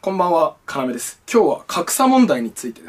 こんばんは、かなめです。今日は格差問題についてです。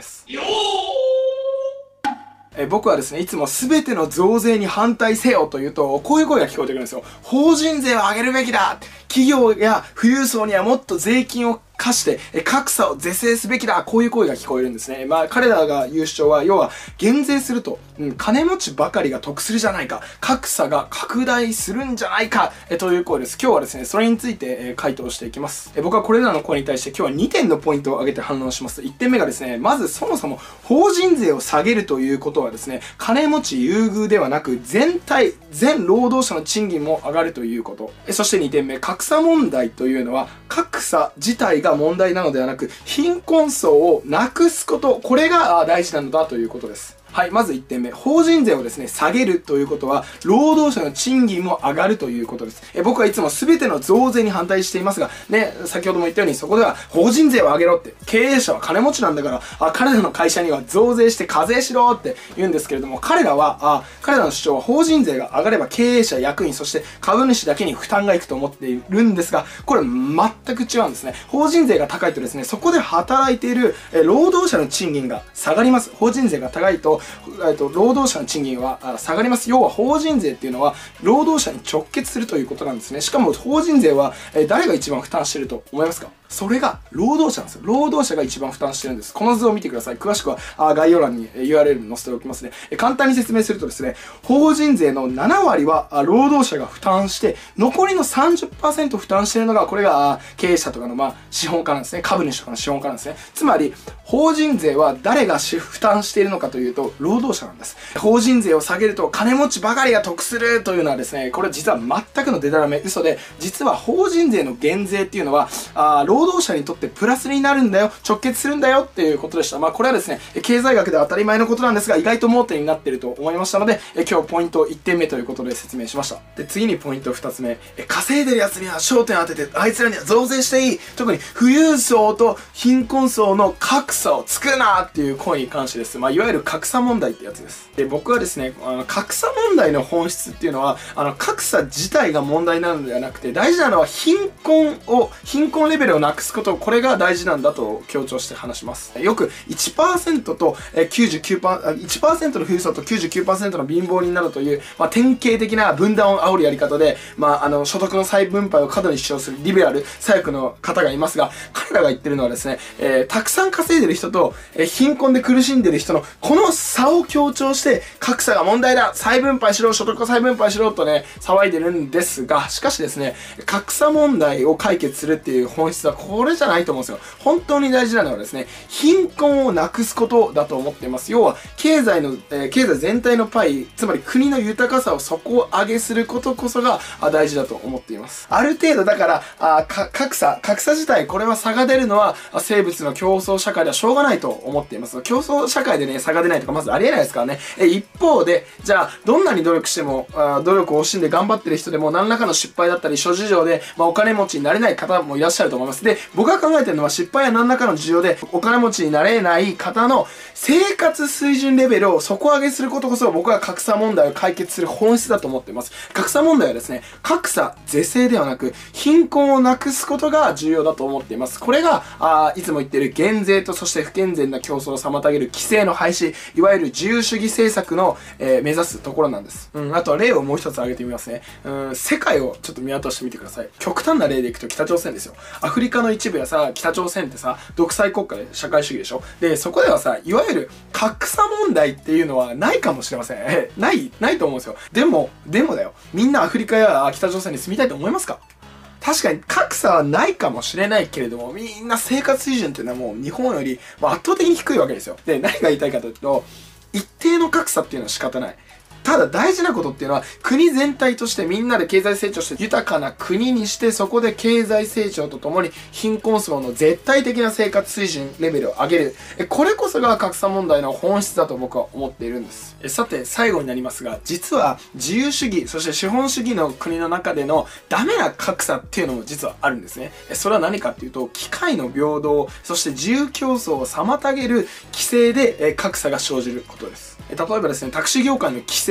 僕はですね、いつも全ての増税に反対せよと言うと、こういう声が聞こえてくるんですよ。法人税を上げるべきだ！企業や富裕層にはもっと税金を課して、格差を是正すべきだ！こういう声が聞こえるんですね。彼らが言う主張は、要は、減税すると、金持ちばかりが得するじゃないか、格差が拡大するんじゃないか、という声です。今日はですね、それについて、回答していきます。僕はこれらの声に対して今日は2点のポイントを挙げて反論します。1点目がですね、まずそもそも法人税を下げるということはですね、金持ち優遇ではなく、全労働者の賃金も上がるということ。そして2点目、格差問題というのは、格差自体が問題なのではなく、貧困層をなくすこと、これが大事なのだということです。はい、まず1点目。法人税をですね、下げるということは、労働者の賃金も上がるということです。僕はいつも全ての増税に反対していますが、ね、先ほども言ったように、そこでは法人税を上げろって、経営者は金持ちなんだから、彼らの会社には増税して課税しろって言うんですけれども、彼らの主張は法人税が上がれば経営者、役員、そして株主だけに負担がいくと思っているんですが、これ全く違うんですね。法人税が高いとですね、そこで働いている労働者の賃金が下がります。法人税が高いと、労働者の賃金は下がります。要は法人税っていうのは労働者に直結するということなんですね。しかも法人税は誰が一番負担していると思いますか？それが労働者なんですよ。労働者が一番負担してるんです。この図を見てください。詳しくは概要欄に URL 載せておきますね。簡単に説明するとですね、法人税の7割は労働者が負担して、残りの 30% 負担しているのが、これが経営者とかの資本家なんですね。株主とかの資本家なんですね。つまり、法人税は誰が負担しているのかというと、労働者なんです。法人税を下げると金持ちばかりが得するというのはですね、これ実は全くのデタラメ、嘘で、実は法人税の減税っていうのは、労働者にとってプラスになるんだよ、直結するんだよっていうことでした。これはですね、経済学では当たり前のことなんですが、意外と盲点になっていると思いましたので、今日ポイント1点目ということで説明しました。で、次にポイント2つ目。稼いでる奴には焦点を当てて、あいつらには増税していい。特に富裕層と貧困層の格差を作るなっていう声に関してです。いわゆる格差問題ってやつです。で、僕はですね、格差問題の本質っていうのは、格差自体が問題なのではなくて、大事なのは貧困レベルをなくすこと、これが大事なんだと強調して話します。よく 1% と 1% の富裕層と 99% の貧乏人などという、典型的な分断を煽るやり方で、所得の再分配を過度に主張するリベラル、左翼の方がいますが、彼らが言ってるのはですね、たくさん稼いでる人と、貧困で苦しんでる人の、この差を強調して、格差が問題だ、再分配しろ、所得を再分配しろとね、騒いでるんですが、しかしですね、格差問題を解決するっていう本質はこれじゃないと思うんですよ。本当に大事なのはですね、貧困をなくすことだと思っています。要は、経済全体のパイ、つまり国の豊かさを底上げすることこそが大事だと思っています。ある程度だから、格差自体、これは差が出るのは生物の競争社会ではしょうがないと思っています。競争社会でね、差が出ないとかまずありえないですからね。一方で、じゃあ、どんなに努力しても、努力を惜しんで頑張ってる人でも何らかの失敗だったり、諸事情で、お金持ちになれない方もいらっしゃると思います。で、僕が考えてるのは失敗や何らかの事情でお金持ちになれない方の生活水準レベルを底上げすることこそ僕は格差問題を解決する本質だと思っています。格差問題はですね、格差是正ではなく貧困をなくすことが重要だと思っています。これがいつも言っている減税とそして不健全な競争を妨げる規制の廃止、いわゆる自由主義政策の、目指すところなんです。あとは例をもう一つ挙げてみますね。世界をちょっと見渡してみてください。極端な例でいくと北朝鮮ですよ。アフリカの一部や北朝鮮って独裁国家で社会主義でしょ。で、そこではいわゆる格差問題っていうのはないかもしれません。ないと思うんですよ。でもだよ。みんなアフリカや北朝鮮に住みたいと思いますか？確かに格差はないかもしれないけれども、みんな生活水準っていうのはもう日本より圧倒的に低いわけですよ。で、何が言いたいかというと、一定の格差っていうのは仕方ない。ただ大事なことっていうのは、国全体としてみんなで経済成長して豊かな国にして、そこで経済成長とともに貧困層の絶対的な生活水準レベルを上げる。これこそが格差問題の本質だと僕は思っているんです。さて、最後になりますが、実は自由主義、そして資本主義の国の中でのダメな格差っていうのも実はあるんですね。それは何かっていうと、機会の平等、そして自由競争を妨げる規制で格差が生じることです。例えばですね、タクシー業界の規制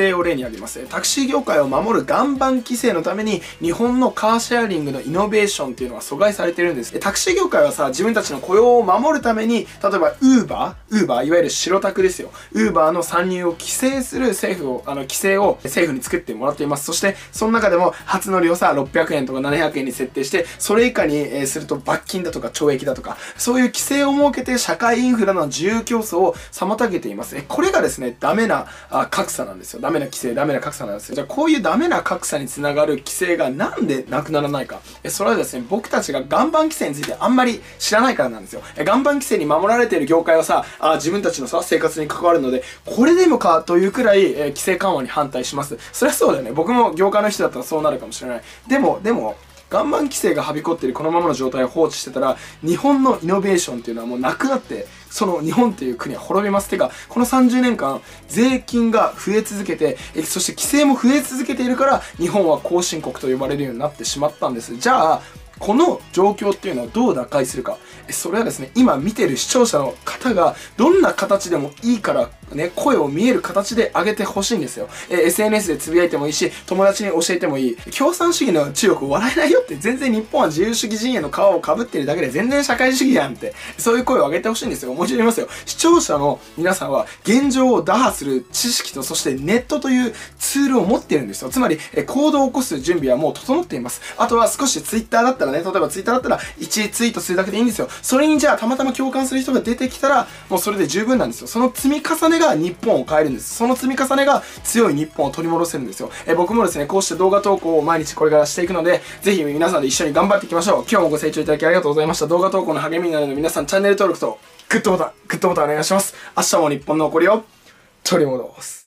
例を例に挙げます。タクシー業界を守る岩盤規制のために、日本のカーシェアリングのイノベーションっていうのは阻害されてるんです。タクシー業界はさ、自分たちの雇用を守るために、例えばウーバー、いわゆる白タクですよ。ウーバーの参入を規制する規制を政府に作ってもらっています。そして、その中でも初乗りをさ、600円とか700円に設定して、それ以下にすると罰金だとか懲役だとか、そういう規制を設けて社会インフラの自由競争を妨げています。これがですね、ダメな格差なんですよ。ダメな規制、ダメな格差なんですよ。じゃあこういうダメな格差につながる規制がなんでなくならないか。それはですね、僕たちが岩盤規制についてあんまり知らないからなんですよ。岩盤規制に守られている業界はさ、自分たちのさ、生活に関わるので、これでもかというくらい、規制緩和に反対します。そりゃそうだよね。僕も業界の人だったらそうなるかもしれない。でも、岩盤規制がはびこっているこのままの状態を放置してたら、日本のイノベーションっていうのはもうなくなって、その日本っていう国は滅びます。てか、この30年間、税金が増え続けて、そして規制も増え続けているから、日本は後進国と呼ばれるようになってしまったんです。じゃあ、この状況っていうのをどう打開するか。それはですね、今見てる視聴者の方がどんな形でもいいからね、声を見える形で上げてほしいんですよ。SNS でつぶやいてもいいし、友達に教えてもいい。共産主義の中国を笑えないよって、全然日本は自由主義陣営の皮をかぶってるだけで全然社会主義やんって、そういう声を上げてほしいんですよ。もう一度言いますよ。視聴者の皆さんは現状を打破する知識と、そしてネットというツールを持ってるんですよ。つまり、行動を起こす準備はもう整っています。あとは少し Twitter だったらね、例えば Twitter だったら1ツイートするだけでいいんですよ。それにじゃあたまたま共感する人が出てきたら、もうそれで十分なんですよ。その積み重ねが日本を変えるんです。その積み重ねが強い日本を取り戻せるんですよ。僕もですね、こうして動画投稿を毎日これからしていくので、ぜひ皆さんで一緒に頑張っていきましょう。今日もご清聴いただきありがとうございました。動画投稿の励みになるので皆さんチャンネル登録とグッドボタンお願いします。明日も日本の起こりを取り戻す。